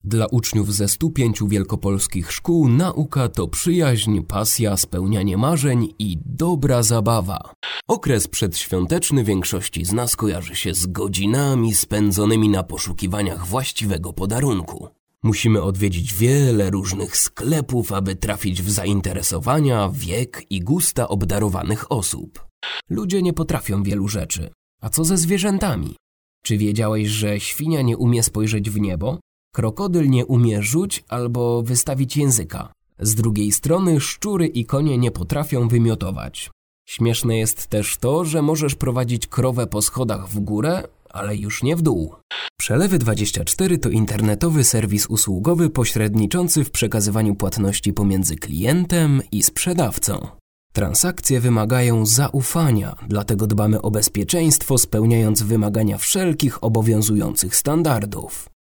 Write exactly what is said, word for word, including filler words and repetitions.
Dla uczniów ze stu pięciu wielkopolskich szkół nauka to przyjaźń, pasja, spełnianie marzeń i dobra zabawa. Okres przedświąteczny większości z nas kojarzy się z godzinami spędzonymi na poszukiwaniach właściwego podarunku. Musimy odwiedzić wiele różnych sklepów, aby trafić w zainteresowania, wiek i gusta obdarowanych osób. Ludzie nie potrafią wielu rzeczy. A co ze zwierzętami? Czy wiedziałeś, że świnia nie umie spojrzeć w niebo? Krokodyl nie umie rzuć albo wystawić języka. Z drugiej strony szczury i konie nie potrafią wymiotować. Śmieszne jest też to, że możesz prowadzić krowę po schodach w górę, ale już nie w dół. Przelewy dwadzieścia cztery to internetowy serwis usługowy pośredniczący w przekazywaniu płatności pomiędzy klientem i sprzedawcą. Transakcje wymagają zaufania, dlatego dbamy o bezpieczeństwo, spełniając wymagania wszelkich obowiązujących standardów.